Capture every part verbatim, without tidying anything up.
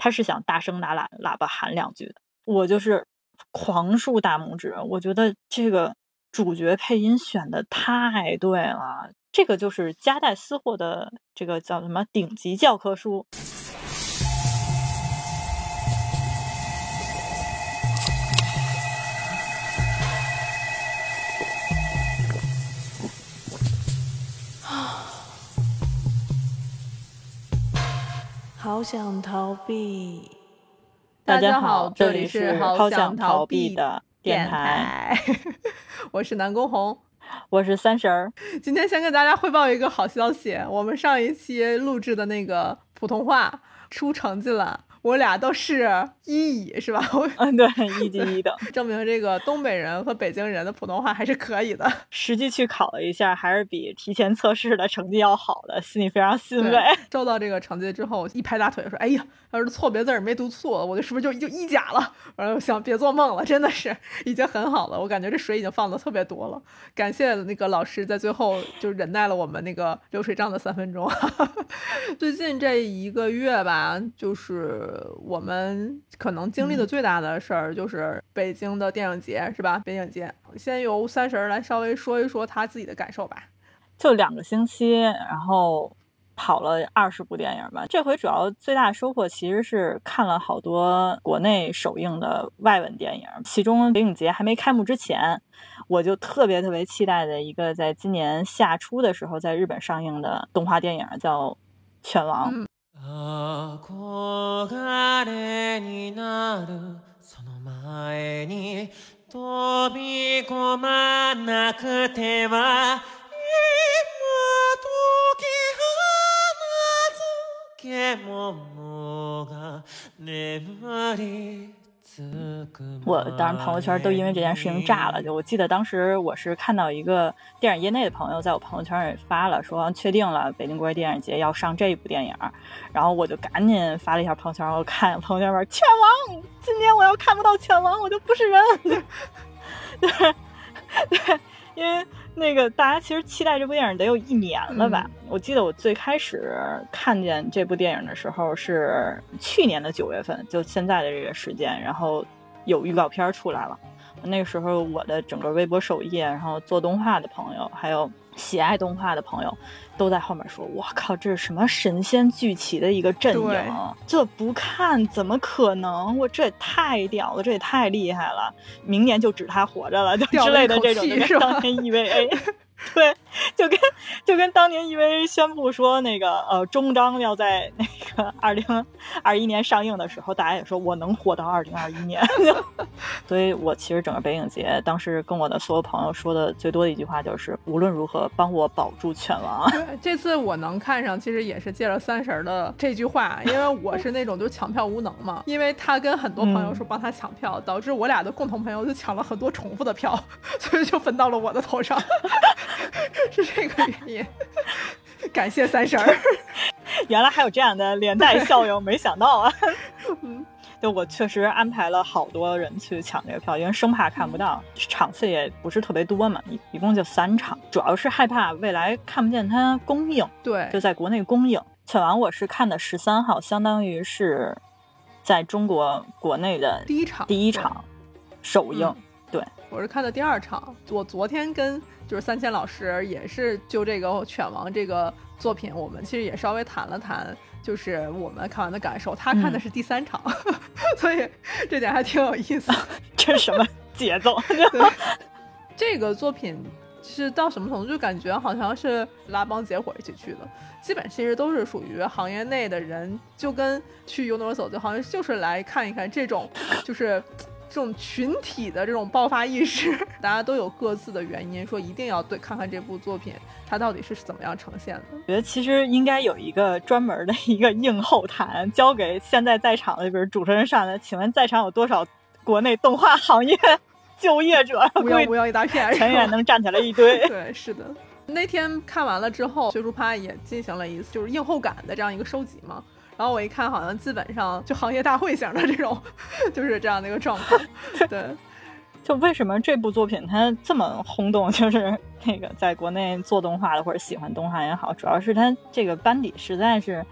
他是想大声拿喇喇叭喊两句的，我就是狂竖大拇指，我觉得这个主角配音选的太对了，这个就是夹带私货的这个叫什么顶级教科书。 好想逃避。 大家好，这里是好想逃避的电台， 我是南宫红， 我是三婶儿。 今天先跟大家汇报一个好消息，我们上一期录制的那个普通话出成绩了，我俩都是一乙是吧？ 嗯，对，一级一等， 证明这个东北人和北京人的普通话还是可以的。 实际去考了一下，还是比提前测试的成绩要好的，心里非常欣慰。 收到这个成绩之后，一拍大腿说：“哎呀，要是错别字没读错，我就是不是就就一甲了？”然后想别做梦了，真的是已经很好了。我感觉这水已经放的特别多了。感谢那个老师在最后就忍耐了我们那个流水账的三分钟。最近这一个月吧，就是我们可能经历的最大的事儿就是北京的电影节，是吧？北影节，先由三婶来稍微说一说他自己的感受吧。 就两个星期，然后跑了二十部电影吧。这回主要最大的收获其实是看了好多国内首映的外文电影，其中北影节还没开幕之前，我就特别特别期待的一个在今年夏初的时候在日本上映的动画电影叫《犬王》。嗯憧れになるその前に飛び込まなくては今解き放つ獣が眠り我当然朋友圈都因为这件事情炸了，就我记得当时我是看到一个电影业内的朋友在我朋友圈里发了，说确定了北京国际电影节要上这一部电影，然后我就赶紧发了一条朋友圈，我看朋友圈说犬王，今年我要看不到犬王我就不是人。对对，因为那个大家其实期待这部电影得有一年了吧、嗯、我记得我最开始看见这部电影的时候是去年的九月份，就现在的这个时间，然后有预告片出来了，那个时候我的整个微博首页，然后做动画的朋友还有喜爱动画的朋友都在后面说，哇靠，这是什么神仙聚齐的一个阵营，这不看怎么可能，我这也太屌了，这也太厉害了，明年就指他活着了，就之类的这种，就跟当年 E V A 对，就跟就跟当年 E V A 宣布说那个呃终章要在那个二零二一年上映的时候，大家也说我能活到二零二一年。所以我其实整个北影节当时跟我的所有朋友说的最多的一句话就是无论如何帮我保住犬王。 对，这次我能看上其实也是借着三婶的这句话，因为我是那种就抢票无能嘛，因为他跟很多朋友说帮他抢票、嗯、导致我俩的共同朋友就抢了很多重复的票，所以就分到了我的头上。是这个原因，感谢三婶儿。 原来还有这样的连带效应，没想到啊。嗯，就我确实安排了好多人去抢这个票，因为生怕看不到，场次也不是特别多嘛，一共就三场，主要是害怕未来看不见它公映。 对， 就在国内公映。犬王我是看的十三号，相当于是在中国国内的第一场第一场首映。嗯，对， 我是看的第二场。我昨天跟就是三千老师也是就这个犬王这个作品，我们其实也稍微谈了谈，就是我们看完的感受。他看的是第三场、嗯、所以这点还挺有意思。 这是什么节奏？ 对，这个作品是到什么程度，就感觉好像是拉帮结伙一起去的，基本其实都是属于行业内的人，就跟去 Universal 就好像就是来看一看这种就是这种群体的这种爆发意识，大家都有各自的原因，说一定要对看看这部作品它到底是怎么样呈现的。 我觉得其实应该有一个专门的一个映后谈，交给现在在场的比如主持人上来，请问在场有多少国内动画行业就业者？ 乌泱乌泱一大片， 前面能站起来一堆。 对，是的。那天看完了之后，学术趴也进行了一次就是映后感的这样一个收集嘛。然后我一看，好像基本上就行业大会型的这种，就是这样的一个状况。对， 就为什么这部作品它这么轰动，就是那个在国内做动画的或者喜欢动画也好，主要是它这个班底实在是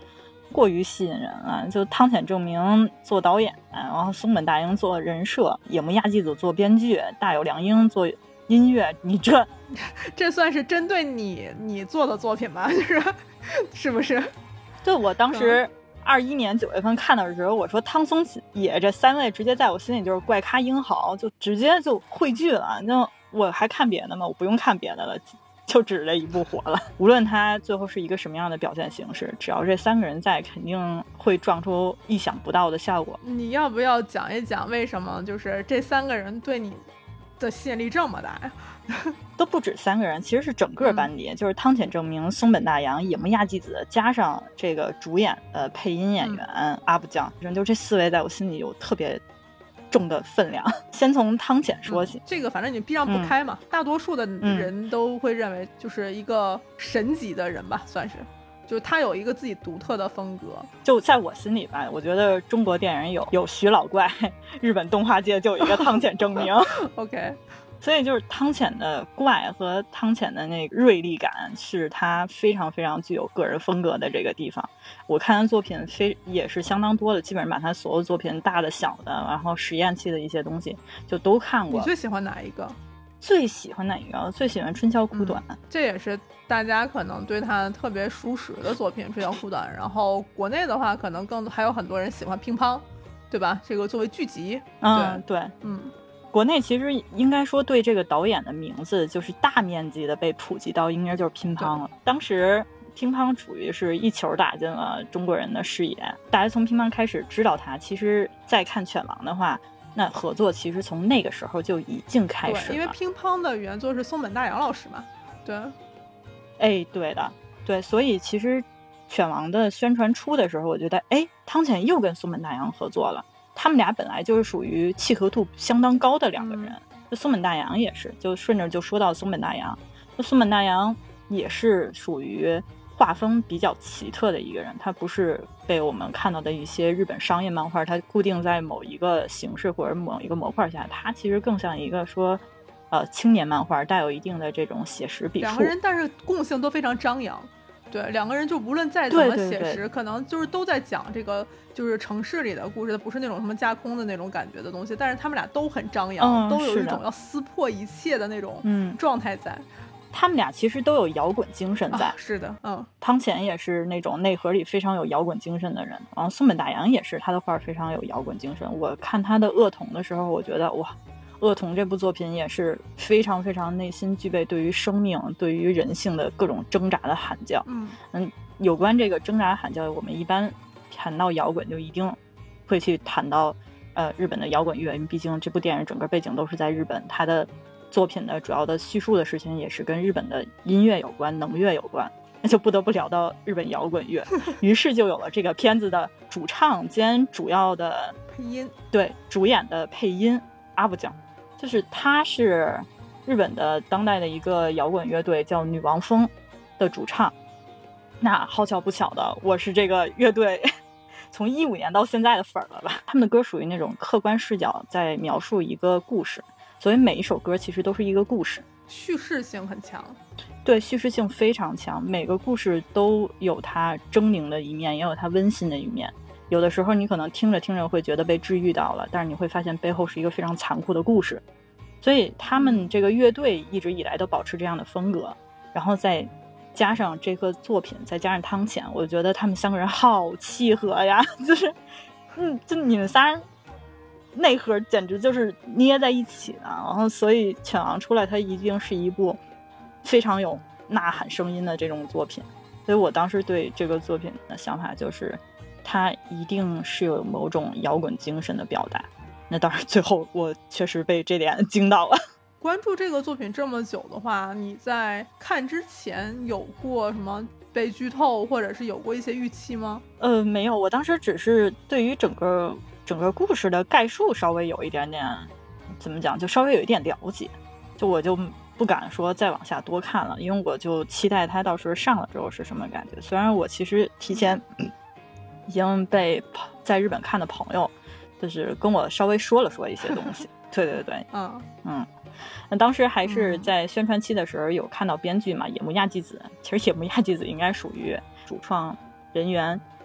过于吸引人了。就汤浅政明做导演，然后松本大洋做人设，野木亚纪子做编剧，大友良英做音乐，你这这算是针对你你做的作品吗？就是是不是？ 就我当时二一年九月份看到的时候，我说汤松野这三位直接在我心里就是怪咖英豪，就直接就汇聚了。那我还看别的吗？我不用看别的了，就指着一部火了。无论他最后是一个什么样的表现形式，只要这三个人在，肯定会撞出意想不到的效果。 你要不要讲一讲为什么就是这三个人对你的吸引力这么大呀？ 都不止三个人，其实是整个班底，嗯、就是汤浅政明、松本大洋、野木亚纪子，加上这个主演的配音演员、嗯、阿部将，就这四位在我心里有特别重的分量。先从汤浅说起、 嗯、这个反正你避让不开嘛、嗯、大多数的人都会认为就是一个神级的人吧，算是就是他有一个自己独特的风格。 就在我心里吧，我觉得中国电影有有徐老怪，日本动画界就有一个汤浅政明。 OK， 所以就是汤浅的怪和汤浅的那个锐利感是他非常非常具有个人风格的这个地方。我看他作品非也是相当多的，基本上把他所有作品大的小的然后实验气的一些东西就都看过。 你最喜欢哪一个？ 最喜欢哪一个？最喜欢春宵苦短、 嗯、这也是大家可能对他特别熟识的作品，春宵苦短。然后国内的话可能更还有很多人喜欢乒乓，对吧？这个作为剧集。 嗯，对， 嗯， 国内其实应该说对这个导演的名字就是大面积的被普及到应该就是乒乓了。当时乒乓属于是一球打进了中国人的视野，大家从乒乓开始知道他。其实再看犬王的话，那合作其实从那个时候就已经开始了。 对，因为乒乓的原作是松本大洋老师嘛。对， 哎，对的，对，所以其实犬王的宣传出的时候，我觉得哎，汤浅又跟松本大洋合作了。他们俩本来就是属于契合度相当高的两个人，就、嗯、松本大洋也是，就顺着就说到松本大洋，就松本大洋也是属于画风比较奇特的一个人，他不是被我们看到的一些日本商业漫画，他固定在某一个形式或者某一个模块下，他其实更像一个说，呃，青年漫画，带有一定的这种写实笔触。 两个人但是共性都非常张扬。对，两个人就无论再怎么写实， 对对对， 可能就是都在讲这个就是城市里的故事，不是那种什么架空的那种感觉的东西，但是他们俩都很张扬、嗯、都有一种要撕破一切的那种状态在、嗯、 他们俩其实都有摇滚精神在、 啊、是的，嗯， 汤浅也是那种内核里非常有摇滚精神的人，然后松本大洋也是，他的画非常有摇滚精神。我看他的恶童的时候，我觉得哇，恶童这部作品也是非常非常内心具备对于生命对于人性的各种挣扎的喊叫。 嗯嗯，有关这个挣扎喊叫，我们一般谈到摇滚就一定会去谈到呃日本的摇滚乐，因为毕竟这部电影整个背景都是在日本，它的作品的主要的叙述的事情也是跟日本的音乐有关，能乐有关，那就不得不聊到日本摇滚乐。于是就有了这个片子的主唱兼主要的配音， 对，主演的配音阿部将，就是他是日本的当代的一个摇滚乐队叫女王蜂的主唱。那好巧不巧的，我是这个乐队从一五年到现在的粉了吧。他们的歌属于那种客观视角在描述一个故事，所以每一首歌其实都是一个故事， 叙事性很强。 对，叙事性非常强，每个故事都有它狰狞的一面，也有它温馨的一面。有的时候你可能听着听着会觉得被治愈到了，但是你会发现背后是一个非常残酷的故事。所以他们这个乐队一直以来都保持这样的风格，然后再加上这个作品，再加上汤浅，我觉得他们三个人好契合呀，就是嗯，就你们仨人内核简直就是捏在一起的。然后所以犬王出来，它一定是一部非常有呐喊声音的这种作品。所以我当时对这个作品的想法就是它一定是有某种摇滚精神的表达。那当然最后我确实被这点惊到了。 关注这个作品这么久的话，你在看之前有过什么被剧透或者是有过一些预期吗？ 呃，没有，我当时只是对于整个整个故事的概述稍微有一点点，怎么讲，就稍微有一点了解，就我就不敢说再往下多看了，因为我就期待它到时候上了之后是什么感觉。虽然我其实提前、嗯、已经被在日本看的朋友就是跟我稍微说了说一些东西。对对对， 嗯嗯，那当时还是在宣传期的时候有看到编剧嘛，野木亚纪子。其实野木亚纪子应该属于主创人员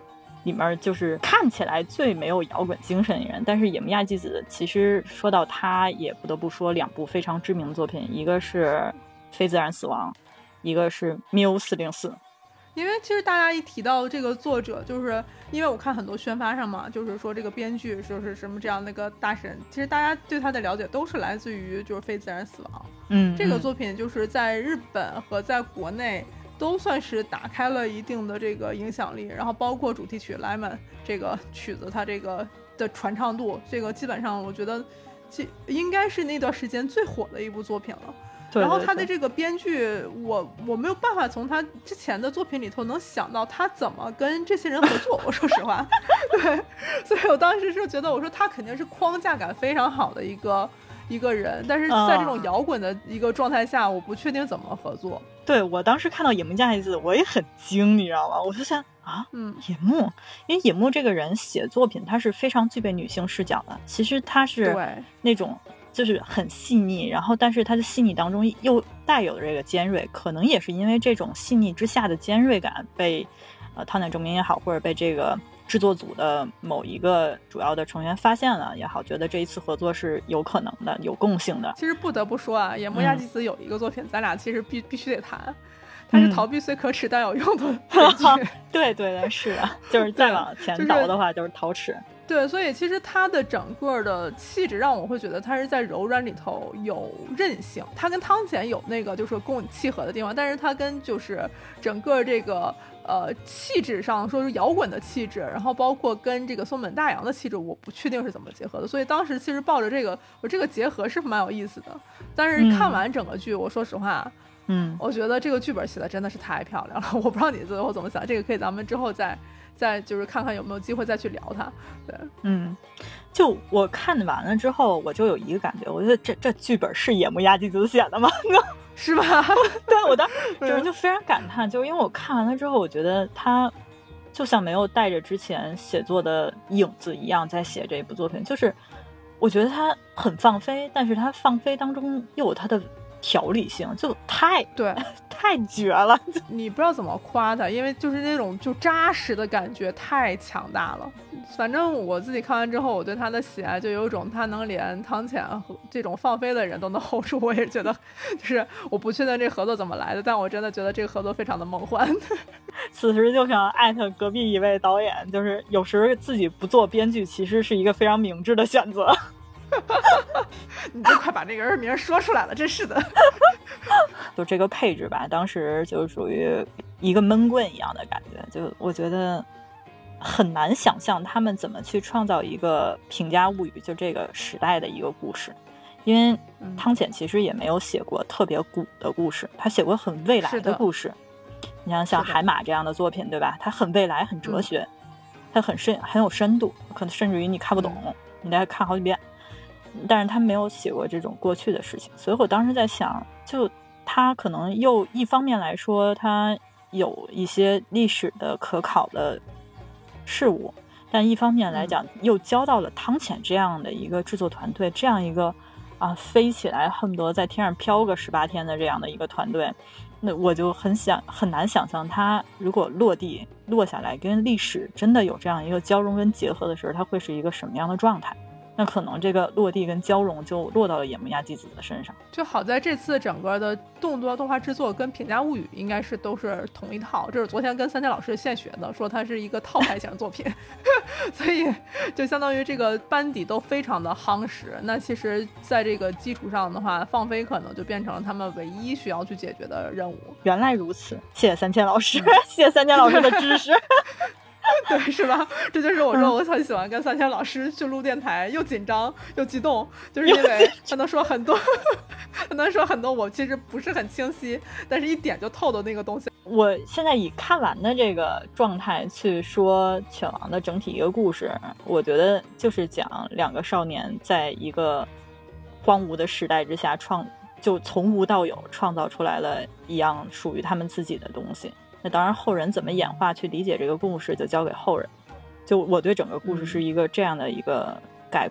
里面就是看起来最没有摇滚精神的人。但是野木亚纪子其实说到他也不得不说两部非常知名的作品，一个是非自然死亡，一个是缪四零四。 因为其实大家一提到这个作者，就是因为我看很多宣发上嘛，就是说这个编剧就是什么这样的一个大神，其实大家对他的了解都是来自于就是非自然死亡。 嗯， 这个作品就是在日本和在国内都算是打开了一定的这个影响力，然后包括主题曲 Lemon 这个曲子它这个的传唱度，这个基本上我觉得应该是那段时间最火的一部作品了。然后他的这个编剧，我我没有办法从他之前的作品里头能想到他怎么跟这些人合作。我说实话，对，所以我当时是觉得，我说他肯定是框架感非常好的一个一个人，但是在这种摇滚的一个状态下，我不确定怎么合作。 对，我当时看到野木亚纪子，我也很惊，你知道吗？我就想啊，嗯，野木，因为野木这个人写作品，他是非常具备女性视角的。其实他是那种。就是很细腻，然后但是它的细腻当中又带有这个尖锐，可能也是因为这种细腻之下的尖锐感被呃汤浅证明也好，或者被这个制作组的某一个主要的成员发现了也好，觉得这一次合作是有可能的，有共性的。 其实不得不说啊，野木亚纪子有一个作品、嗯、咱俩其实必必须得谈，它是逃避虽可耻但有用的编剧、 嗯、对对对，是的，就是再往前倒的话就是陶齿。 对，所以其实他的整个的气质让我会觉得他是在柔软里头有韧性，他跟汤浅有那个就是跟我契合的地方，但是他跟就是整个这个呃气质上说是摇滚的气质，然后包括跟这个松本大洋的气质，我不确定是怎么结合的。所以当时其实抱着这个我这个结合是蛮有意思的，但是看完整个剧、嗯、我说实话嗯，我觉得这个剧本写的真的是太漂亮了，我不知道你最后怎么想，这个可以咱们之后再再就是看看有没有机会再去聊它。对， 嗯，就我看完了之后，我就有一个感觉，我觉得这这剧本是野木亚纪子写的吗？ 是吧？ 对，我当时就是就非常感叹，就是因为我看完了之后，我觉得他就像没有带着之前写作的影子一样在写这部作品，就是我觉得他很放飞，但是他放飞当中又有他的条理性，就太对太绝了， 你不知道怎么夸他，因为就是那种就扎实的感觉太强大了。反正我自己看完之后，我对他的喜爱就有一种他能连汤浅和这种放飞的人都能 hold 住，我也觉得就是我不确定这合作怎么来的，但我真的觉得这个合作非常的梦幻。 此时就想艾特隔壁一位导演，就是有时自己不做编剧其实是一个非常明智的选择。 你就快把这个人名说出来了，真是的。 就这个配置吧，当时就属于一个闷棍一样的感觉，就我觉得很难想象他们怎么去创造一个平家物语就这个时代的一个故事，因为汤浅其实也没有写过特别古的故事，他写过很未来的故事。你像像海马这样的作品，对吧？他很未来，很哲学，他很深，很有深度，可能甚至于你看不懂，嗯、你得看好几遍。但是他没有写过这种过去的事情，所以我当时在想，就他可能又一方面来说他有一些历史的可考的事物，但一方面来讲又交到了汤浅这样的一个制作团队，这样一个啊飞起来恨不得在天上飘个十八天的这样的一个团队，那我就很想很难想象他如果落地落下来跟历史真的有这样一个交融跟结合的时候，他会是一个什么样的状态。那可能这个落地跟交融就落到了野木亚纪子的身上。 就好在这次整个的动作动画制作跟平家物语应该是都是同一套，这是昨天跟三千老师现学的，说它是一个套牌型作品所以就相当于这个班底都非常的夯实，那其实在这个基础上的话，放飞可能就变成了他们唯一需要去解决的任务。 原来如此，谢谢三千老师谢谢三千老师的知识对，是吧？这就是我说我很喜欢跟三千老师去录电台，又紧张又激动，就是因为他能说很多他能说很多我其实不是很清晰，但是一点就透的那个东西。 我现在以看完的这个状态去说犬王的整体一个故事，我觉得就是讲两个少年在一个荒芜的时代之下创就从无到有创造出来了一样属于他们自己的东西。那当然后人怎么演化去理解这个故事就交给后人，就我对整个故事是一个这样的一个概括、嗯、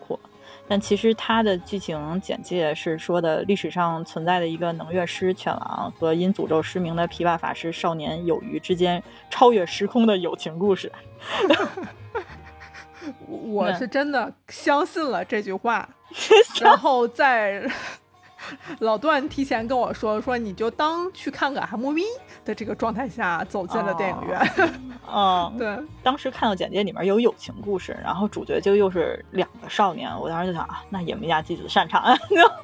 但其实它的剧情简介是说的历史上存在的一个能乐师犬王和因诅咒失明的琵琶法师少年有余之间超越时空的友情故事。 我是真的相信了这句话，然后在老段提前跟我说说你就当去看个 M V 的这个状态下走进了电影院。 哦，嗯， 对， 当时看到简介里面有友情故事，然后主角就又是两个少年，我当时就想啊，那野木亚纪子擅长啊。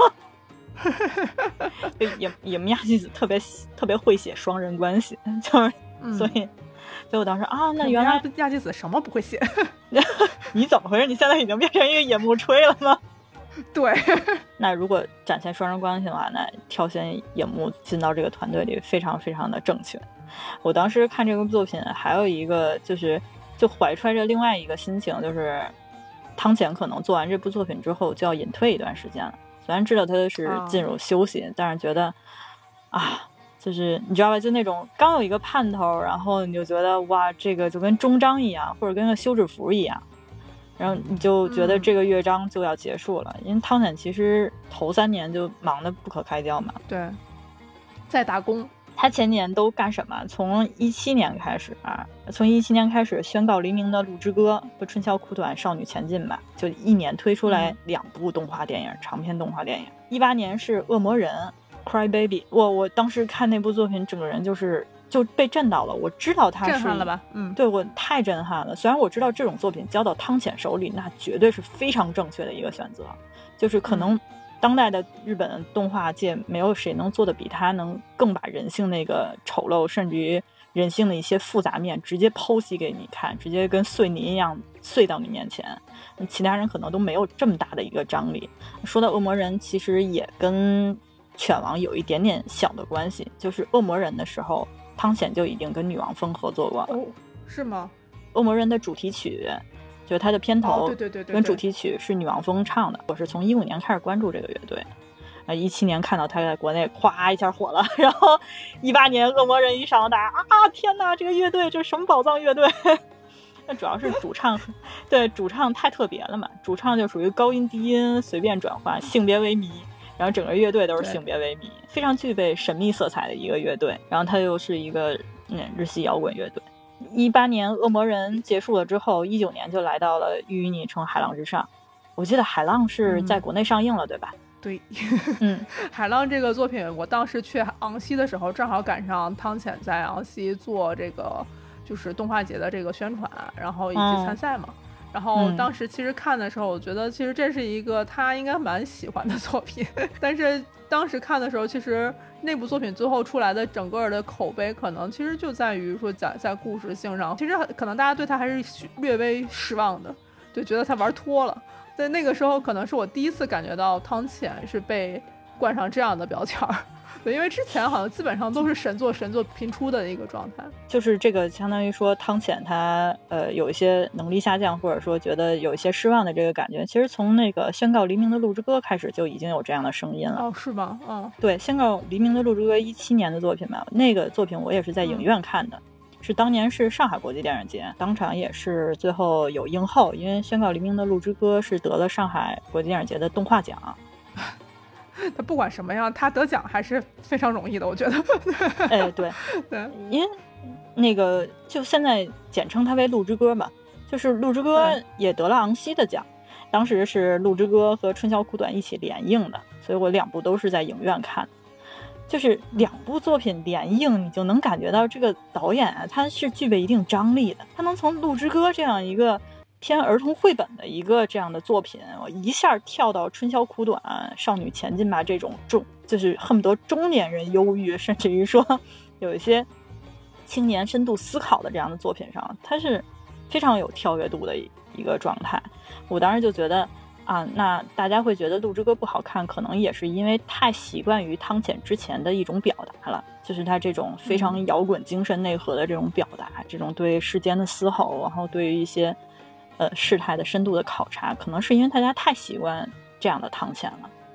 野野木亚纪子特别特别会写双人关系，就是、嗯、所以。所以我当时啊，那原来亚纪子什么不会写？ 你怎么回事？你现在已经变成一个野木吹了吗？ 对。 那如果展现双人关系的话，那挑选野木进到这个团队里非常非常的正确。我当时看这个作品还有一个就是就怀揣着另外一个心情，就是汤浅可能做完这部作品之后就要隐退一段时间了。虽然知道他是进入休息、哦、但是觉得啊就是你知道吧，就那种刚有一个盼头，然后你就觉得哇，这个就跟终章一样，或者跟个休止符一样，然后你就觉得这个乐章就要结束了。嗯、因为汤浅其实头三年就忙得不可开交嘛， 对，在打工。 他前年都干什么？从一七年开始啊，从一七年开始宣告黎明的《鹿之歌》和《春宵苦短少女前进》吧，就一年推出来两部动画电影，嗯、长篇动画电影。一八年是《恶魔人》。Cry Baby， 我我当时看那部作品，整个人就是就被震到了。我知道他是震撼了吧？嗯， 对我太震撼了。虽然我知道这种作品交到汤浅手里，那绝对是非常正确的一个选择。就是可能当代的日本动画界没有谁能做的比他能更把人性那个丑陋，甚至于人性的一些复杂面直接剖析给你看，直接跟碎泥一样碎到你面前。其他人可能都没有这么大的一个张力。说到恶魔人，其实也跟犬王有一点点小的关系，就是恶魔人的时候汤浅就已经跟女王蜂合作过了。 哦，是吗？ 恶魔人的主题曲就是它的片头、 哦、对对对对， 跟主题曲是女王蜂唱的。我是从一五年开始关注这个乐队，呃，一七年看到他在国内咵一下火了，然后一八年恶魔人一上大啊，天哪，这个乐队这是什么宝藏乐队？那主要是主唱，对，主唱太特别了嘛，主唱就属于高音低音随便转换，性别为迷。然后整个乐队都是性别为迷，非常具备神秘色彩的一个乐队。然后它又是一个嗯日系摇滚乐队。一八年恶魔人结束了之后，一九年就来到了玉与你乘海浪之上。我记得海浪是在国内上映了，嗯、对吧？ 对， 嗯， 海浪这个作品，我当时去昂西的时候，正好赶上汤浅在昂西做这个就是动画节的这个宣传，然后以及参赛嘛。嗯然后当时其实看的时候，我觉得其实这是一个他应该蛮喜欢的作品，但是当时看的时候，其实那部作品最后出来的整个的口碑，可能其实就在于说在在故事性上，其实可能大家对他还是略微失望的，对，觉得他玩脱了。在那个时候，可能是我第一次感觉到汤浅是被冠上这样的标签儿。对，因为之前好像基本上都是神作神作频出的一个状态， 就是这个相当于说汤浅他呃有一些能力下降，或者说觉得有一些失望的这个感觉，其实从那个宣告黎明的鹿之歌开始就已经有这样的声音了。 哦，是吗？嗯， 对，宣告黎明的鹿之歌一七年的作品嘛，那个作品我也是在影院看的，嗯、是当年是上海国际电影节，当场也是最后有映后，因为宣告黎明的鹿之歌是得了上海国际电影节的动画奖。 他不管什么样，他得奖还是非常容易的，我觉得。 哎，对对，因为那个就现在简称它为鹿之歌嘛，就是鹿之歌也得了昂西的奖，当时是鹿之歌和春宵苦短一起联映的，所以我两部都是在影院看。就是两部作品联映，你就能感觉到这个导演啊，他是具备一定张力的，他能从鹿之歌这样一个偏儿童绘本的一个这样的作品，我一下跳到春宵苦短少女前进吧这种中就是恨不得中年人忧郁，甚至于说有一些青年深度思考的这样的作品上，它是非常有跳跃度的一个状态。我当时就觉得啊，那大家会觉得鹿之歌不好看，可能也是因为太习惯于汤浅之前的一种表达了，就是他这种非常摇滚精神内核的这种表达，嗯、这种对世间的嘶吼，然后对于一些呃事态的深度的考察，可能是因为大家太习惯这样的汤浅了。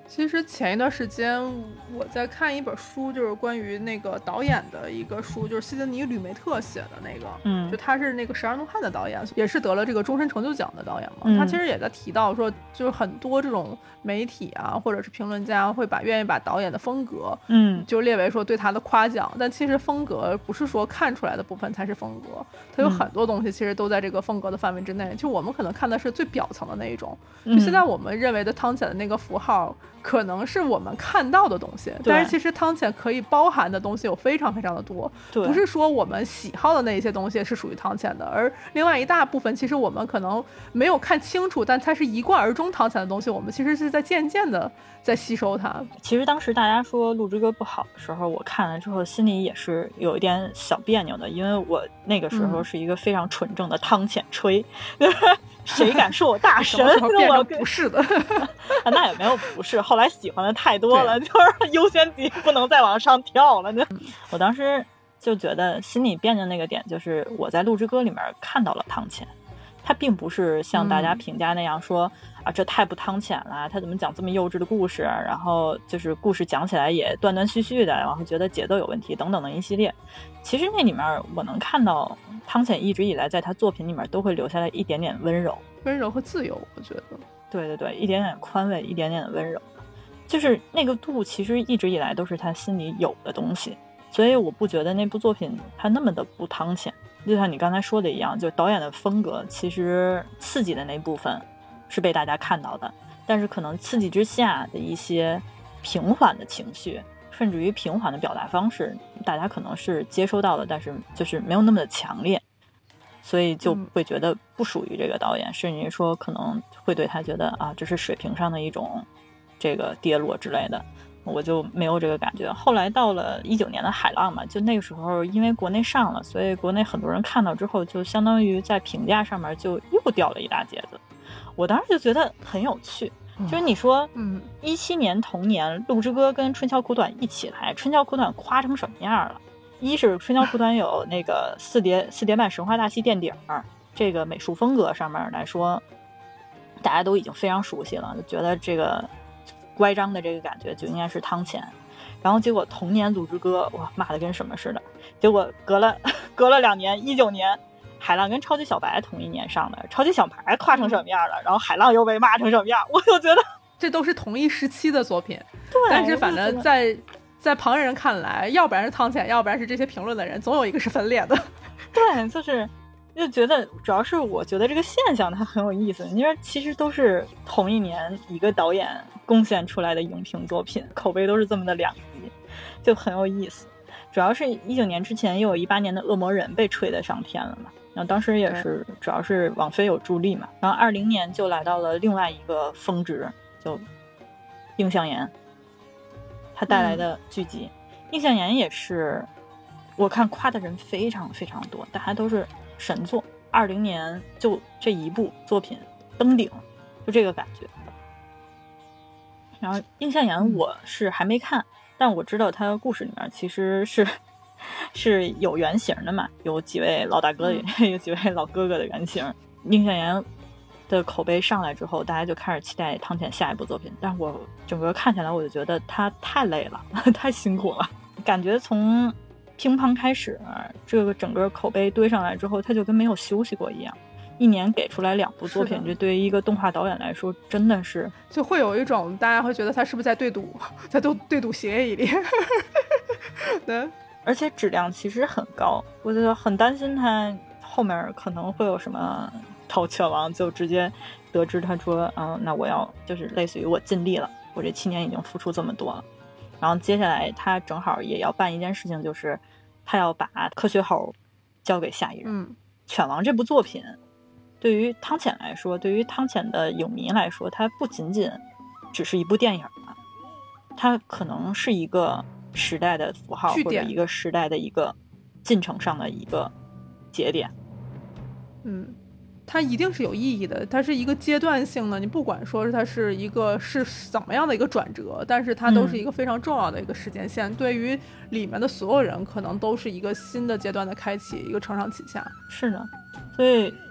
其实前一段时间我在看一本书，就是关于那个导演的一个书，就是西德尼·吕梅特写的那个， 嗯， 就他是那个《十二怒汉》的导演，也是得了这个终身成就奖的导演嘛。嗯、他其实也在提到说，就是很多这种媒体啊，或者是评论家会把愿意把导演的风格， 嗯， 就列为说对他的夸奖，但其实风格不是说看出来的部分才是风格，它有很多东西其实都在这个风格的范围之内。嗯、就我们可能看的是最表层的那一种，就现在我们认为的汤浅的那个符号。可能是我们看到的东西，但是其实汤浅可以包含的东西有非常非常的多，不是说我们喜好的那一些东西是属于汤浅的，而另外一大部分其实我们可能没有看清楚，但它是一贯而终汤浅的东西，我们其实是在渐渐的在吸收它。 其实当时大家说鹿之歌不好的时候，我看了之后心里也是有一点小别扭的，因为我那个时候是一个非常纯正的汤浅吹、嗯、谁敢说我大神我不是的啊，那也没有不是，后来喜欢的太多了，就是优先级不能再往上跳了。我当时就觉得心里辩证那个点就是我在鹿之歌里面看到了汤浅，他并不是像大家评价那样说、嗯、啊这太不汤浅了，他怎么讲这么幼稚的故事，然后就是故事讲起来也断断续续的，然后觉得节奏有问题等等的一系列。其实那里面我能看到汤浅一直以来在他作品里面都会留下来一点点温柔温柔和自由，我觉得对对对，一点点宽慰，一点点的温柔，就是那个度其实一直以来都是他心里有的东西，所以我不觉得那部作品他那么的不汤浅。就像你刚才说的一样，就导演的风格其实刺激的那部分是被大家看到的，但是可能刺激之下的一些平缓的情绪，甚至于平缓的表达方式，大家可能是接收到的，但是就是没有那么的强烈，所以就会觉得不属于这个导演、嗯、甚至于说可能会对他觉得啊，这是水平上的一种这个跌落之类的，我就没有这个感觉。后来到了一九年的海浪嘛，就那个时候因为国内上了，所以国内很多人看到之后就相当于在评价上面就又掉了一大截子。我当时就觉得很有趣，就是你说嗯，一七年同年鹿之歌跟春宵苦短一起来，春宵苦短夸成什么样了？一是春宵苦短有那个四叠四叠半神话大戏垫底儿，这个美术风格上面来说大家都已经非常熟悉了，就觉得这个乖张的这个感觉就应该是汤浅。然后结果同年鹿之歌哇骂的跟什么似的，结果隔了隔了两年一九年海浪跟超级小白同一年上的，超级小白夸成什么样了，然后海浪又被骂成什么样，我就觉得这都是同一时期的作品。 对， 但是反正在在旁人看来，要不然是汤浅，要不然是这些评论的人，总有一个是分裂的。 对，就是就觉得主要是我觉得这个现象它很有意思，因为其实都是同一年一个导演贡献出来的影评作品，口碑都是这么的两极，就很有意思。主要是一九年之前又有一八年的恶魔人被吹得上天了嘛，然后当时也是主要是网飞有助力嘛，然后二零年就来到了另外一个峰值，就映像岩他带来的剧集、嗯、映像岩也是我看夸的人非常非常多，大家都是神作，二零年就这一部作品登顶，就这个感觉。然后映像岩我是还没看、嗯、但我知道它故事里面其实是是有原型的嘛，有几位老大哥、嗯、有几位老哥哥的原型。映像岩的口碑上来之后，大家就开始期待汤浅下一部作品，但我整个看起来我就觉得他太累了太辛苦了，感觉从乒乓开始这个整个口碑堆上来之后，他就跟没有休息过一样，一年给出来两部作品，这对于一个动画导演来说真的是就会有一种大家会觉得他是不是在对赌在对对赌协议里对， 而且质量其实很高，我就很担心他后面可能会有什么逃雀王，就直接得知他说嗯，那我要就是类似于我尽力了，我这七年已经付出这么多了，然后接下来他正好也要办一件事情，就是他要把科学猴交给下一人、嗯、犬王这部作品对于汤浅来说，对于汤浅的影迷来说，它不仅仅只是一部电影了，它可能是一个时代的符号，或者一个时代的一个进程上的一个节点。 嗯，它一定是有意义的，它是一个阶段性的，你不管说是它是一个是怎么样的一个转折，但是它都是一个非常重要的一个时间线、嗯、对于里面的所有人可能都是一个新的阶段的开启，一个承上启下。 是的，所以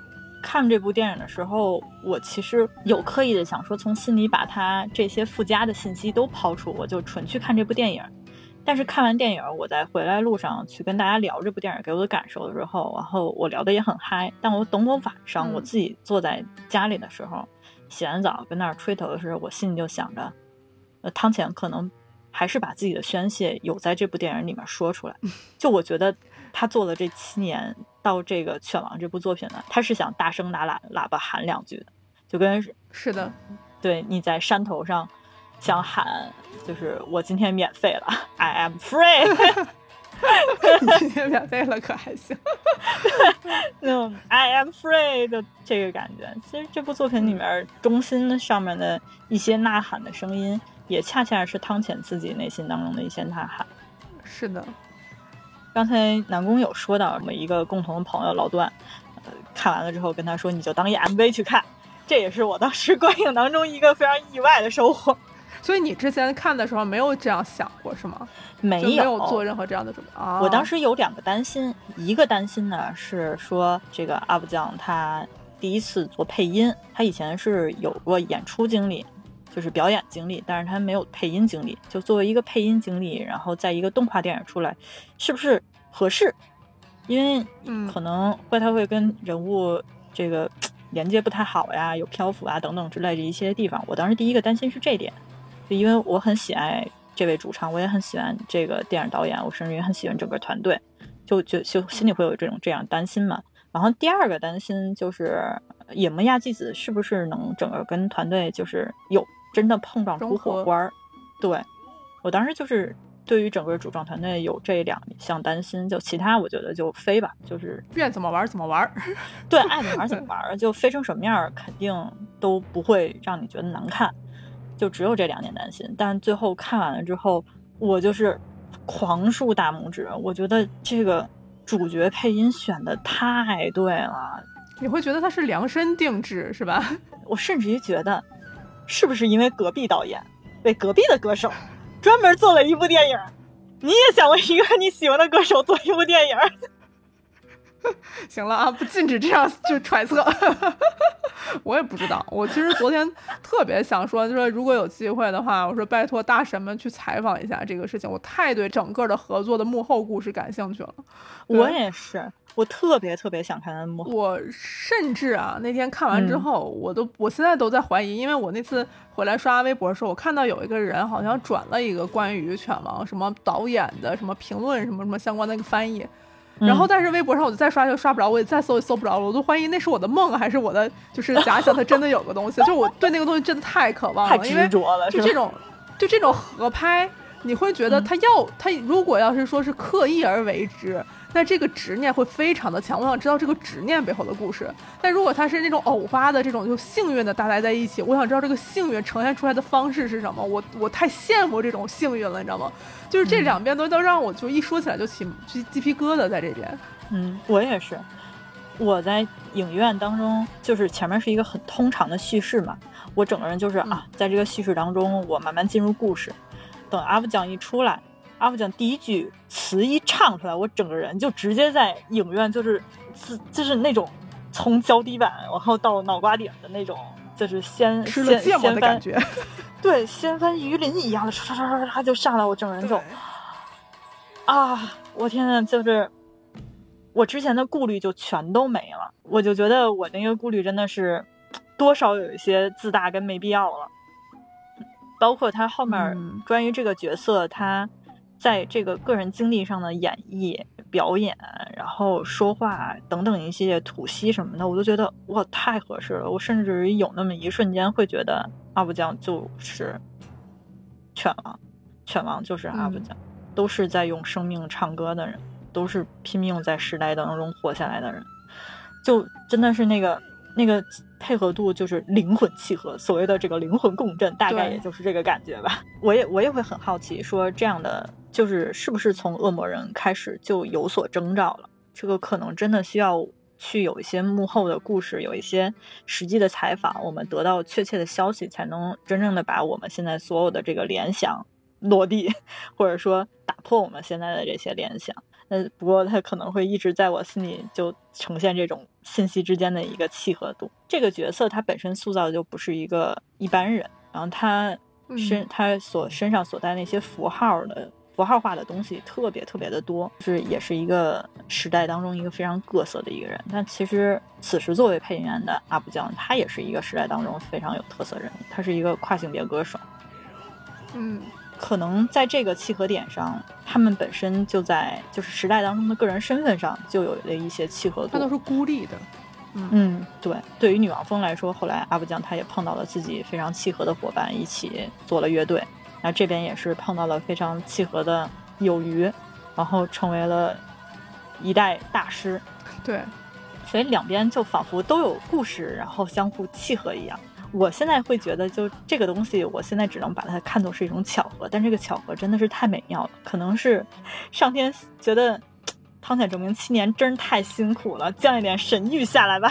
看这部电影的时候，我其实有刻意的想说从心里把它这些附加的信息都抛出，我就纯去看这部电影。但是看完电影，我在回来路上去跟大家聊这部电影给我的感受的时候，然后我聊的也很嗨，但我等我晚上我自己坐在家里的时候、嗯、洗完澡跟那儿吹头的时候，我心里就想着呃，汤浅可能还是把自己的宣泄有在这部电影里面说出来。就我觉得他做了这七年到这个犬王这部作品呢，他是想大声拿喇喇叭喊两句的，就跟是的， 对，你在山头上想喊就是我今天免费了 I am free 你今天免费了可还行那种 I am free 的这个感觉。其实这部作品里面中心上面的一些呐喊的声音也恰恰是汤浅自己内心当中的一些呐喊。 是的， 刚才南宫有说到我们一个共同的朋友老段、呃、看完了之后跟他说你就当一 M V 去看，这也是我当时观影当中一个非常意外的收获。 所以你之前看的时候没有这样想过是吗？ 没有， 没有做任何这样的准备、啊、 我当时有两个担心，一个担心呢是说这个阿部将他第一次做配音，他以前是有过演出经历，就是表演经历，但是他没有配音经历，就作为一个配音经历，然后在一个动画电影出来是不是合适，因为可能会他会跟人物这个连接不太好呀，有漂浮啊等等之类的一些地方。我当时第一个担心是这一点，就因为我很喜爱这位主唱，我也很喜欢这个电影导演，我甚至也很喜欢整个团队，就就就心里会有这种这样担心嘛。然后第二个担心就是野木亚纪子是不是能整个跟团队就是有真的碰撞出火花。对，我当时就是对于整个主创团队有这两项担心，就其他我觉得就飞吧，就是愿怎么玩怎么玩。 对，爱怎么玩怎么玩，就飞成什么样肯定都不会让你觉得难看，就只有这两点担心。但最后看完了之后我就是狂竖大拇指，我觉得这个主角配音选的太对了。 你会觉得他是量身定制是吧？ 我甚至于觉得是不是因为隔壁导演为隔壁的歌手专门做了一部电影，你也想为一个你喜欢的歌手做一部电影。 行了啊，不禁止这样就揣测。我也不知道，我其实昨天特别想说，就说如果有机会的话，我说拜托大神们去采访一下这个事情，我太对整个的合作的幕后故事感兴趣了。 我也是，我特别特别想看他幕后。 我甚至啊，那天看完之后、嗯、我都我现在都在怀疑，因为我那次回来刷微博的时候，我看到有一个人好像转了一个关于犬王什么导演的什么评论什么什么相关的一个翻译，然后但是微博上我就再刷就刷不着，我也再搜也搜不着了，我都怀疑那是我的梦还是我的就是假想它真的有个东西。就我对那个东西真的太渴望了， 太执着了， 因为就这种就这种合拍，你会觉得他要、嗯、他如果要是说是刻意而为之，那这个执念会非常的强，我想知道这个执念背后的故事。但如果他是那种偶发的这种就幸运的大家在一起，我想知道这个幸运呈现出来的方式是什么。我我太羡慕这种幸运了，你知道吗？就是这两边都都让我就一说起来就起鸡皮疙瘩在这边。 嗯，我也是。我在影院当中，就是前面是一个很通常的叙事嘛，我整个人就是、嗯、啊，在这个叙事当中，我慢慢进入故事。等阿部将一出来，阿部将第一句词一唱出来，我整个人就直接在影院就是就是那种从脚底板然后到脑瓜顶的那种，就是先吃了芥末的感觉。 对，掀翻鱼鳞一样的唰唰唰唰就上来，我整个人就啊，我天呐，就是我之前的顾虑就全都没了。我就觉得我那个顾虑真的是多少有一些自大跟没必要了。包括他后面关于这个角色、嗯、他在这个个人经历上的演绎表演然后说话等等一些吐息什么的，我都觉得哇太合适了。我甚至有那么一瞬间会觉得阿部将就是犬王，犬王就是阿部将、嗯、都是在用生命唱歌的人，都是拼命在时代当中活下来的人，就真的是那个那个配合度就是灵魂契合，所谓的这个灵魂共振大概也就是这个感觉吧。我也我也会很好奇说这样的就是是不是从恶魔人开始就有所征兆了，这个可能真的需要去有一些幕后的故事，有一些实际的采访，我们得到确切的消息，才能真正的把我们现在所有的这个联想落地，或者说打破我们现在的这些联想。 呃，不过他可能会一直在我心里就呈现这种信息之间的一个契合度。这个角色他本身塑造的就不是一个一般人，然后他身、嗯、他所身上所带那些符号的符号化的东西特别特别的多，是也是一个时代当中一个非常各色的一个人。但其实此时作为配音员的阿部将，他也是一个时代当中非常有特色人物，他是一个跨性别歌手。 嗯， 可能在这个契合点上，他们本身就在就是时代当中的个人身份上就有了一些契合度。 他都是孤立的。 嗯, 嗯对，对于女王蜂来说，后来阿部将他也碰到了自己非常契合的伙伴，一起做了乐队。那这边也是碰到了非常契合的友谊，然后成为了一代大师。 对， 所以两边就仿佛都有故事，然后相互契合一样。我现在会觉得就这个东西我现在只能把它看作是一种巧合，但这个巧合真的是太美妙了。可能是上天觉得汤浅政明七年真是太辛苦了，降一点神谕下来吧。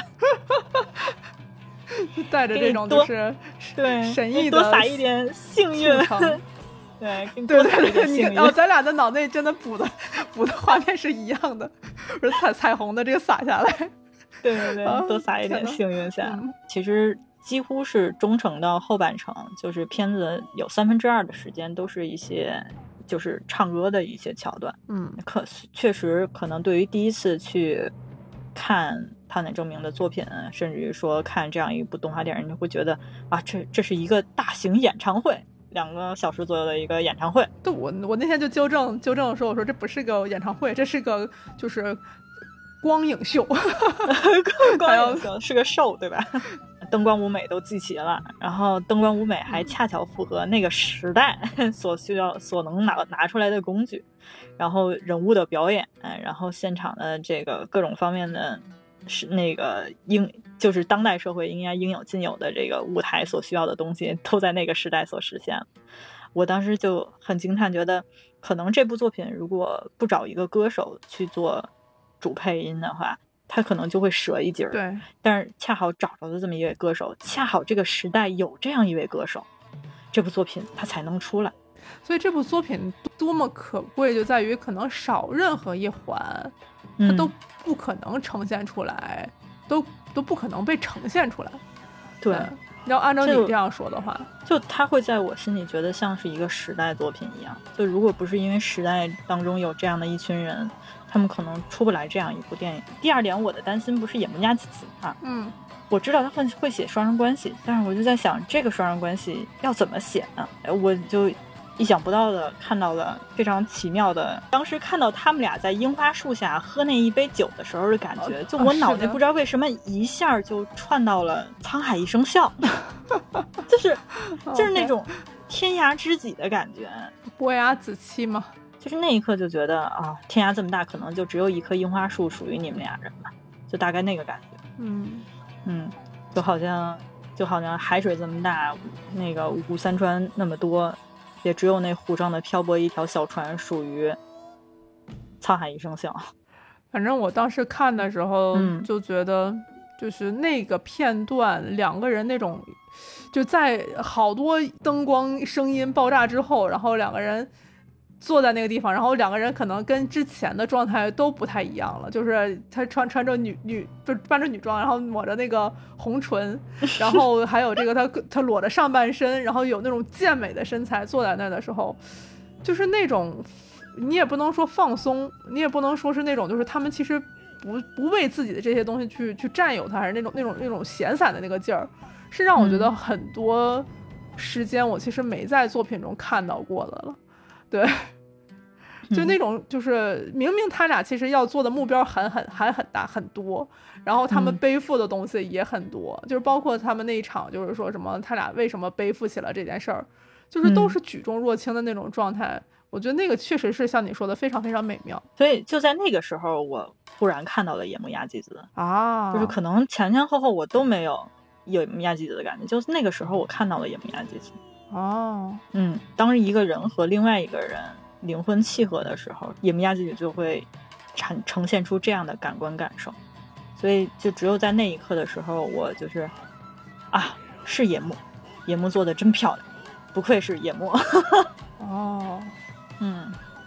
带着这种就是对神意的多撒一点幸运。对，给你多撒一点幸运。 然后咱俩的脑内真的补的补的画面是一样的，不是彩彩虹的这个洒下来。 对对对，多撒一点幸运下来。嗯、其实几乎是中程到后半程，就是片子有三分之二的时间都是一些就是唱歌的一些桥段。 嗯， 可确实可能对于第一次去看汤浅政明的作品，甚至于说看这样一部动画电影，你会觉得啊，这这是一个大型演唱会，两个小时左右的一个演唱会。 对，我我那天就纠正纠正说，我说这不是个演唱会，这是个就是光影秀。 光影秀是个 show 对吧？灯光舞美都集齐了，然后灯光舞美还恰巧符合那个时代所需要所能拿拿出来的工具，然后人物的表演，然后现场的这个各种方面的是那个应就是当代社会应该应有尽有的这个舞台所需要的东西都在那个时代所实现了。我当时就很惊叹，觉得可能这部作品如果不找一个歌手去做主配音的话，他可能就会折一截儿。 对， 但是恰好找着的这么一位歌手，恰好这个时代有这样一位歌手，这部作品它才能出来。 所以这部作品多么可贵，就在于可能少任何一环，它都不可能呈现出来，嗯、都都不可能被呈现出来。 对， 要按照你这样说的话， 就它会在我心里觉得像是一个时代作品一样。就如果不是因为时代当中有这样的一群人，他们可能出不来这样一部电影。第二点，我的担心不是野木亚纪子啊， 嗯， 我知道他会会写双人关系，但是我就在想，这个双人关系要怎么写呢？我就意想不到的看到了非常奇妙的，当时看到他们俩在樱花树下喝那一杯酒的时候的感觉，就我脑袋不知道为什么一下就串到了沧海一声笑，就是就是那种天涯知己的感觉， 伯牙子期嘛。 就是那一刻就觉得啊，天涯这么大，可能就只有一棵樱花树属于你们俩人吧，就大概那个感觉。 嗯嗯，就好像就好像海水这么大，那个五湖三川那么多，也只有那湖上的漂泊一条小船属于沧海一声笑。 反正我当时看的时候就觉得，就是那个片段，嗯、两个人那种就在好多灯光声音爆炸之后，然后两个人坐在那个地方，然后两个人可能跟之前的状态都不太一样了，就是他穿穿着女女就扮着女装，然后抹着那个红唇，然后还有这个他他裸着上半身，然后有那种健美的身材坐在那的时候，就是那种你也不能说放松，你也不能说是那种就是他们其实不不为自己的这些东西去去占有它，还是那种那种那种闲散的那个劲儿，是让我觉得很多时间我其实没在作品中看到过的了。对，就那种就是明明他俩其实要做的目标很很还很大很多，然后他们背负的东西也很多，嗯、就是包括他们那一场就是说什么他俩为什么背负起了这件事儿，就是都是举重若轻的那种状态。嗯、我觉得那个确实是像你说的非常非常美妙。 所以就在那个时候，我突然看到了野木亚纪子啊， 就是可能前前后后我都没有野木亚纪子的感觉，就是那个时候我看到了野木亚纪子。 哦， 嗯，当一个人和另外一个人灵魂契合的时候，野木亚纪子就会呈呈现出这样的感官感受，所以就只有在那一刻的时候，我就是啊，是野木，野木做的真漂亮，不愧是野木。 哦， 嗯，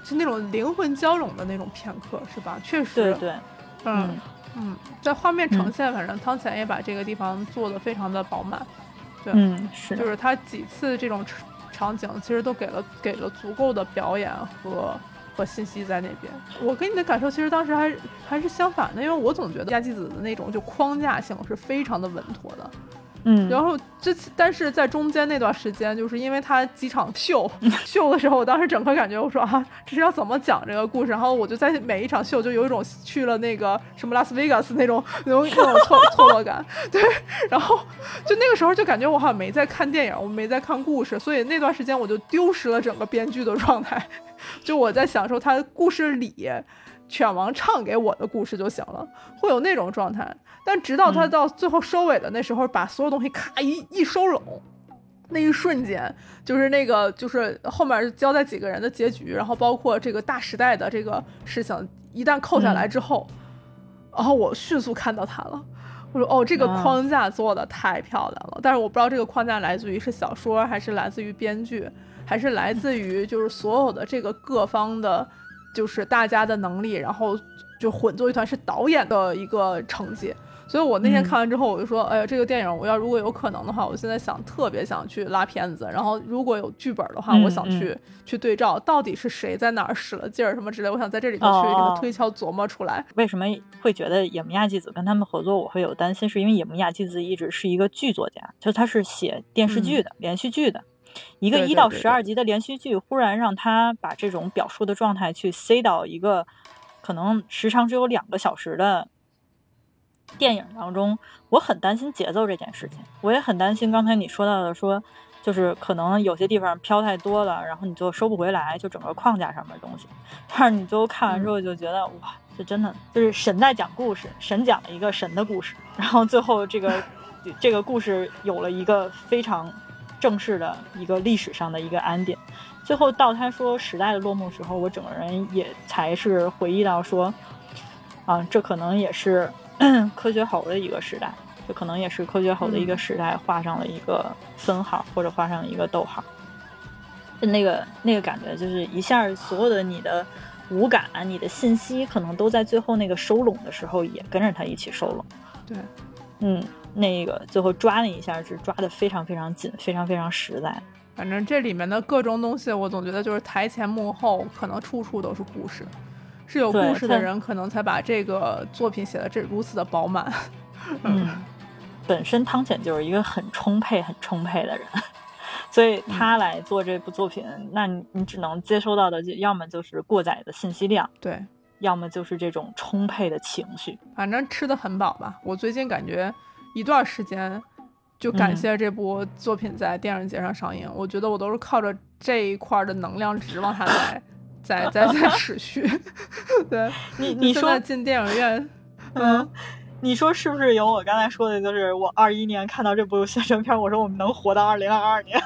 是那种灵魂交融的那种片刻，是吧？确实， 对对， 嗯嗯，在画面呈现，反正汤浅也把这个地方做得非常的饱满。对， 嗯，是， 就是他几次这种场景，其实都给了给了足够的表演和和信息在那边。我跟你的感受其实当时还还是相反的，因为我总觉得亚纪子的那种就框架性是非常的稳妥的。 嗯， 然后这但是在中间那段时间，就是因为他几场秀秀的时候，我当时整个感觉我说啊，这是要怎么讲这个故事？然后我就在每一场秀就有一种去了那个什么拉斯维加斯那种那种那种错错落感，对。然后就那个时候就感觉我好像没在看电影，我没在看故事，所以那段时间我就丢失了整个编剧的状态，就我在享受他故事里犬王唱给我的故事就行了，会有那种状态。但直到他到最后收尾的那时候，嗯、把所有东西咔一一收拢，那一瞬间，就是那个就是后面交代几个人的结局，然后包括这个大时代的这个事情一旦扣下来之后，嗯、然后我迅速看到他了。我说哦，这个框架做的太漂亮了，嗯、但是我不知道这个框架来自于是小说，还是来自于编剧，还是来自于就是所有的这个各方的。就是大家的能力，然后就混作一团，是导演的一个成绩。所以我那天看完之后，我就说，嗯、哎呀，这个电影我要如果有可能的话，我现在想特别想去拉片子，然后如果有剧本的话， 嗯、 我想去、嗯、去对照，到底是谁在哪儿使了劲儿什么之类，我想在这里头去给他推敲琢磨出来。哦、 为什么会觉得野木亚纪子跟他们合作我会有担心？是因为野木亚纪子一直是一个剧作家，就是他是写电视剧的、嗯、连续剧的。一个一到十二集的连续剧，忽然让他把这种表述的状态去塞到一个可能时长只有两个小时的电影当中，我很担心节奏这件事情。我也很担心刚才你说到的说，就是可能有些地方飘太多了，然后你就收不回来，就整个框架上面的东西。但是你最后看完之后就觉得，嗯、哇，这真的就是神在讲故事，神讲了一个神的故事，然后最后这个这个故事有了一个非常正式的一个历史上的一个安点。最后到他说时代的落幕时候，我整个人也才是回忆到说啊，这可能也是科学猴的一个时代，这可能也是科学猴的一个时代画上了一个分号，或者画上了一个逗号。那个那个感觉就是一下所有的你的五感你的信息可能都在最后那个收拢的时候也跟着他一起收拢。 对， 嗯，那个最后抓了一下是抓得非常非常紧，非常非常实在。 反正这里面的各种东西我总觉得就是台前幕后可能处处都是故事，是有故事的人可能才把这个作品写得这如此的饱满。 嗯，本身汤浅就是一个很充沛很充沛的人，所以他来做这部作品、嗯、那 你, 你只能接收到的要么就是过载的信息量， 对， 要么就是这种充沛的情绪， 反正吃得很饱吧。我最近感觉一段时间就感谢这部作品在电影节上上映、嗯、我觉得我都是靠着这一块的能量值往下来再再再持续。对， 你你说进电影院， 嗯，你说是不是有我刚才说的，就是我二一年看到这部宣传片，我说我们能活到二零二二年。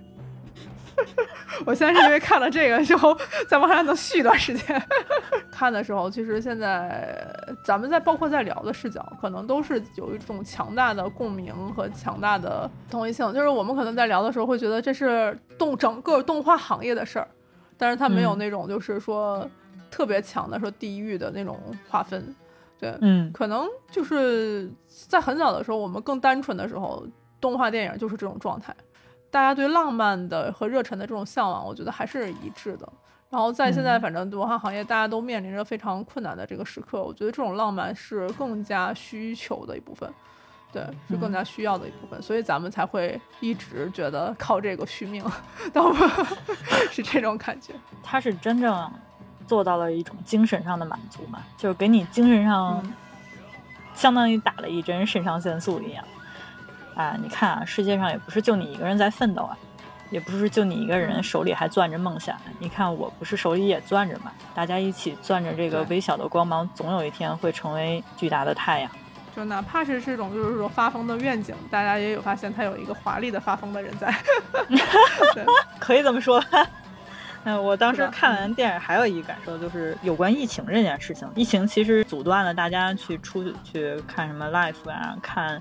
我现在是因为看了这个之后再往上能续一段时间。看的时候其实现在咱们在包括在聊的视角可能都是有一种强大的共鸣和强大的同一性，就是我们可能在聊的时候会觉得这是动整个动画行业的事儿，但是它没有那种就是说特别强的说地域的那种划分。对， 嗯， 可能就是在很早的时候我们更单纯的时候动画电影就是这种状态，大家对浪漫的和热忱的这种向往我觉得还是一致的。然后在现在反正文化行业大家都面临着非常困难的这个时刻，我觉得这种浪漫是更加需求的一部分，对，是更加需要的一部分、嗯、所以咱们才会一直觉得靠这个续命，懂吗？是这种感觉。 他是真正做到了一种精神上的满足嘛，就是给你精神上相当于打了一针肾上腺素一样、嗯、啊！你看啊，世界上也不是就你一个人在奋斗啊，也不是就你一个人手里还攥着梦想，你看我不是手里也攥着嘛，大家一起攥着这个微小的光芒，总有一天会成为巨大的太阳。 就哪怕是这种就是说发疯的愿景，大家也有发现他有一个华丽的发疯的人在。对， 可以这么说。嗯，我当时看完电影还有一个感受，就是有关疫情这件事情。疫情其实阻断了大家去出去去看什么 live 啊，看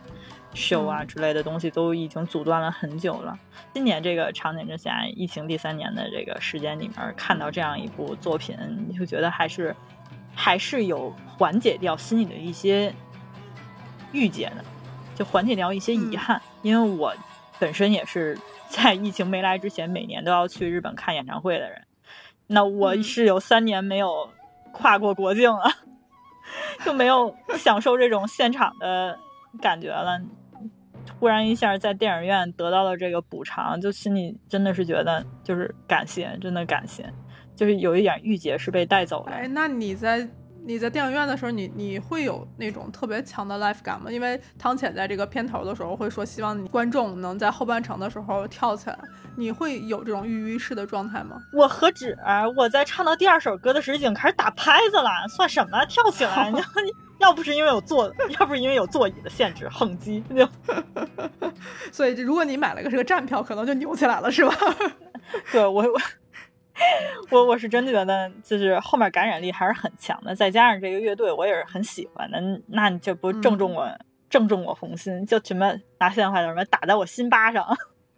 秀啊之类的东西都已经阻断了很久了。今年这个场景之下，疫情第三年的这个时间里面，看到这样一部作品，你就觉得还是还是有缓解掉心里的一些郁结的，就缓解掉一些遗憾。嗯、因为我本身也是在疫情没来之前，每年都要去日本看演唱会的人，那我是有三年没有跨过国境了，就没有享受这种现场的感觉了。突然一下在电影院得到了这个补偿，就心里真的是觉得就是感谢，真的感谢，就是有一点郁结是被带走了。 哎，那你在你在电影院的时候，你你会有那种特别强的 life 感吗？因为汤浅在这个片头的时候会说，希望你观众能在后半程的时候跳起来，你会有这种郁郁式的状态吗？ 我何止，我在唱到第二首歌的时候已经开始打拍子了，算什么跳起来？要不是因为有座，要不是因为有座椅的限制，横击就。 所以如果你买了个这个站票，可能就扭起来了，是吧？ 对，我我我我是真的觉得，就是后面感染力还是很强的，再加上这个乐队我也是很喜欢的，那你这不正中我、嗯、正中我红心，就什么拿现在话叫什么打在我心巴上。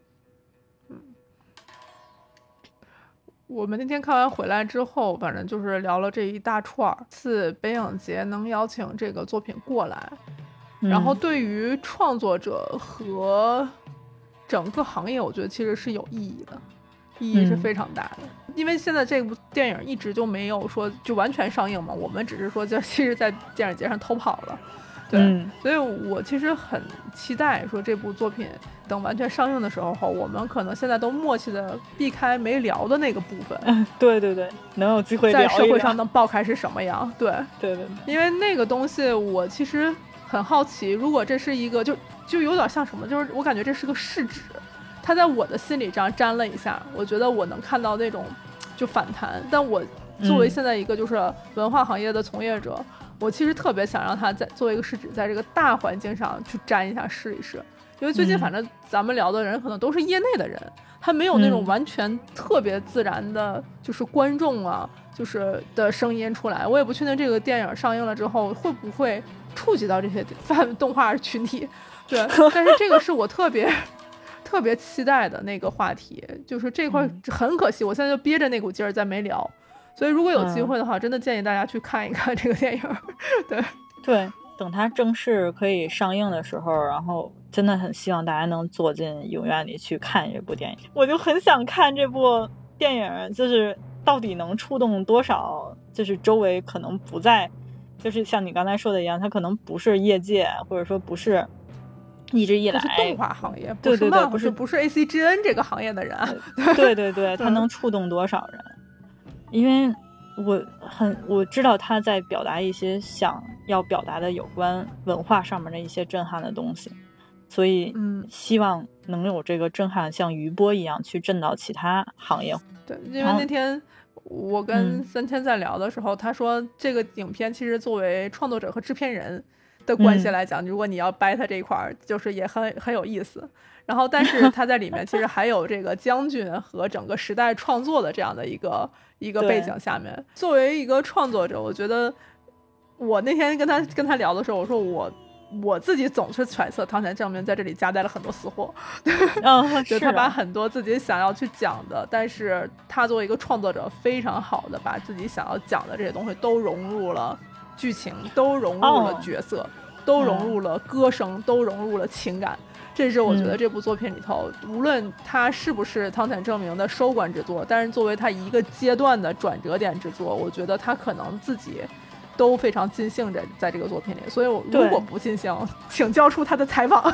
我们那天看完回来之后，反正就是聊了这一大串，次北影节能邀请这个作品过来、嗯、然后对于创作者和整个行业我觉得其实是有意义的，意义是非常大的、嗯、因为现在这部电影一直就没有说就完全上映嘛，我们只是说就其实在电影节上偷跑了，对、嗯、所以我其实很期待说这部作品等完全上映的时候，我们可能现在都默契的避开没聊的那个部分、 嗯、对对对，能有机会聊一聊在社会上能爆开是什么样，对对对， 因为那个东西我其实很好奇，如果这是一个就就有点像什么，就是我感觉这是个试纸，它在我的心里这样粘了一下，我觉得我能看到那种就反弹，但我作为现在一个就是文化行业的从业者、嗯、我其实特别想让它在作为一个试纸，在这个大环境上去粘一下试一试，因为最近反正咱们聊的人可能都是业内的人，他没有那种完全特别自然的就是观众啊就是的声音出来，我也不确定这个电影上映了之后会不会触及到这些动画群体，对，但是这个是我特别特别期待的那个话题，就是这块很可惜我现在就憋着那股劲儿再没聊，所以如果有机会的话、嗯、真的建议大家去看一看这个电影，对对，等它正式可以上映的时候，然后真的很希望大家能坐进影院里去看这部电影，我就很想看这部电影就是到底能触动多少就是周围可能不在就是像你刚才说的一样，它可能不是业界或者说不是一直以来不是动画行业， 对对对， 不是不是 A C G N 这个行业的人， 对对对，它能触动多少人？因为我很我知道他在表达一些想要表达的有关文化上面的一些震撼的东西，所以嗯，希望能有这个震撼像余波一样去震到其他行业。 对，因为那天我跟三千在聊的时候、嗯、他说这个影片其实作为创作者和制片人的关系来讲、嗯、如果你要掰他这一块就是也很很有意思，然后但是他在里面其实还有这个将军和整个时代创作的这样的一个一个背景下面，作为一个创作者，我觉得我那天跟他跟他聊的时候，我说我我自己总是揣测汤浅政明在这里夹带了很多私货， 嗯， 就他把很多自己想要去讲的，但是他作为一个创作者非常好的把自己想要讲的这些东西都融入了剧情，都融入了角色、哦、都融入了歌声、嗯、都融入了情感，这是我觉得这部作品里头、嗯、无论它是不是汤浅政明的收官之作，但是作为他一个阶段的转折点之作，我觉得他可能自己都非常尽兴着在这个作品里，所以我如果不尽兴请交出他的采访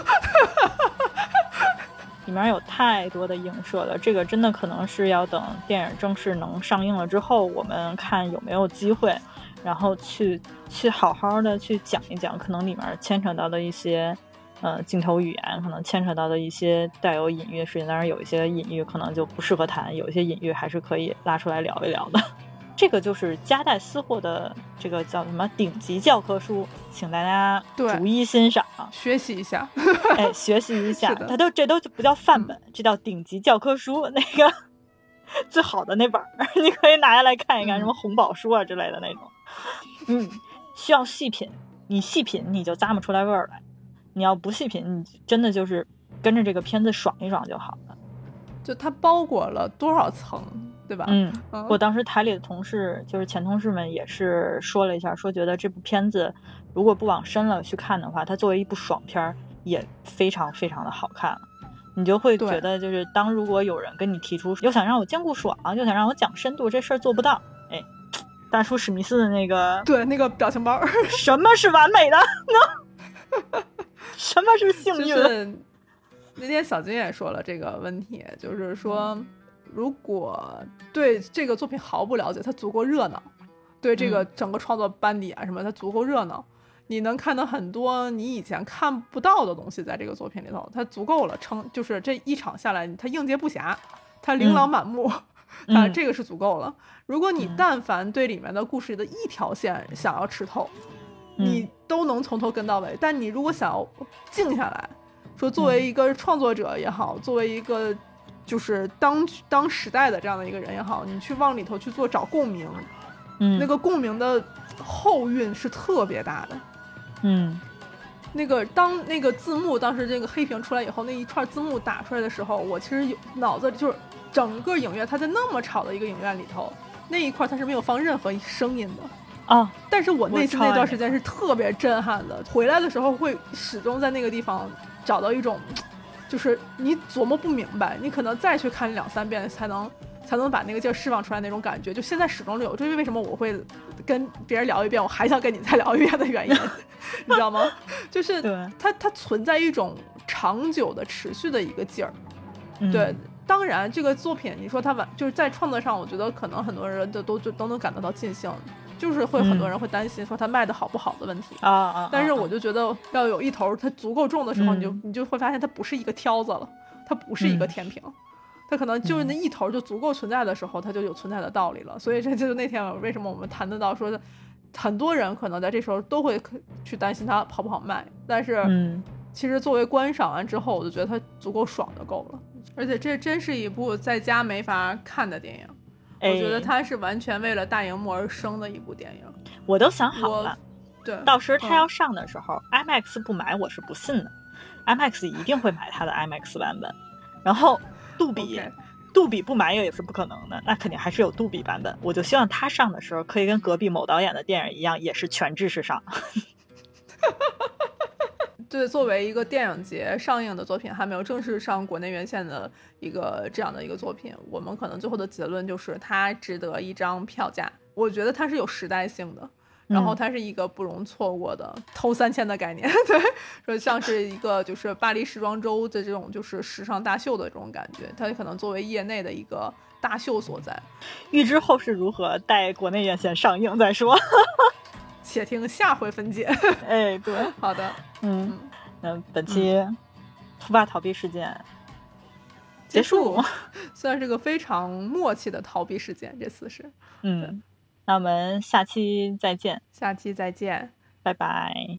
里面有太多的映射了，这个真的可能是要等电影正式能上映了之后，我们看有没有机会然后去去好好的去讲一讲可能里面牵扯到的一些呃镜头语言，可能牵扯到的一些带有隐喻的事情，当然有一些隐喻可能就不适合谈，有一些隐喻还是可以拉出来聊一聊的。这个就是夹带私货的这个叫什么顶级教科书，请大家逐一欣赏学习一下哎，学习一下它都这都不叫范本、嗯、这叫顶级教科书，那个最好的那本你可以拿下来看一看、嗯、什么红宝书啊之类的那种。嗯，需要细品，你细品你就咂摸出来味儿来， 你要不细品，你真的就是跟着这个片子爽一爽就好了。 就它包裹了多少层，对吧？ 嗯， 嗯我当时台里的同事，就是前同事们也是说了一下，说觉得这部片子如果不往深了去看的话，它作为一部爽片也非常非常的好看。你就会觉得，就是当如果有人跟你提出又想让我兼顾爽，又想让我讲深度，这事儿做不到。哎，大叔史密斯的那个， 对，那个表情包， 什么是完美的呢？什么是幸运？ 就是那天小金也说了这个问题，就是说，如果对这个作品毫不了解，它足够热闹，对这个整个创作班底啊什么，它足够热闹。你能看到很多你以前看不到的东西在这个作品里头，它足够了撑，就是这一场下来它应接不暇，它琳琅满目， 嗯、 啊，这个是足够了。如果你但凡对里面的故事的一条线想要吃透、嗯、你都能从头跟到尾，但你如果想要静下来说，作为一个创作者也好、嗯、作为一个就是当当时代的这样的一个人也好，你去往里头去做找共鸣， 嗯， 那个共鸣的后韵是特别大的。 嗯， 那个当那个字幕当时这个黑屏出来以后，那一串字幕打出来的时候，我其实有脑子里就是整个影院，它在那么吵的一个影院里头，那一块它是没有放任何声音的啊、哦。 但是我内心那段时间是特别震撼的，回来的时候会始终在那个地方找到一种，就是你琢磨不明白，你可能再去看两三遍才能才能把那个劲儿释放出来那种感觉，就现在始终有。这是为什么我会跟别人聊一遍，我还想跟你再聊一遍的原因，你知道吗？就是它它存在一种长久的持续的一个劲儿。对、嗯，当然这个作品你说它完就是在创作上，我觉得可能很多人都都都能感得到尽兴，就是会很多人会担心说它卖的好不好的问题啊啊、嗯。 但是我就觉得要有一头它足够重的时候，嗯、你就你就会发现它不是一个挑子了，它不是一个天平。嗯，它可能就是那一头就足够存在的时候，它就有存在的道理了。所以这就是那天为什么我们谈得到说，很多人可能在这时候都会去担心它好不好卖，但是其实作为观赏完之后，我就觉得它足够爽就够了。而且这真是一部在家没法看的电影，我觉得它是完全为了大荧幕而生的一部电影。 我都想好了， 对， 到时它要上的时候、嗯、I M A X 不买我是不信的， I M A X 一定会买它的 I M A X 版本，然后杜比、okay. 杜比不买也是不可能的，那肯定还是有杜比版本。我就希望他上的时候可以跟隔壁某导演的电影一样，也是全制式上。 对，作为一个电影节上映的作品，还没有正式上国内院线的一个这样的一个作品，我们可能最后的结论就是它值得一张票价。我觉得它是有时代性的，然后它是一个不容错过的、嗯、偷三千的概念。对，说像是一个就是巴黎时装周的这种就是时尚大秀的这种感觉，它可能作为业内的一个大秀所在。 预知后事如何，待国内院线上映再说。 且听下回分解。 哎，对， 好的， 嗯，那本期突发逃避事件、嗯、结束， 算是个非常默契的逃避事件，这次是。 嗯，那我们下期再见。 下期再见， 拜拜。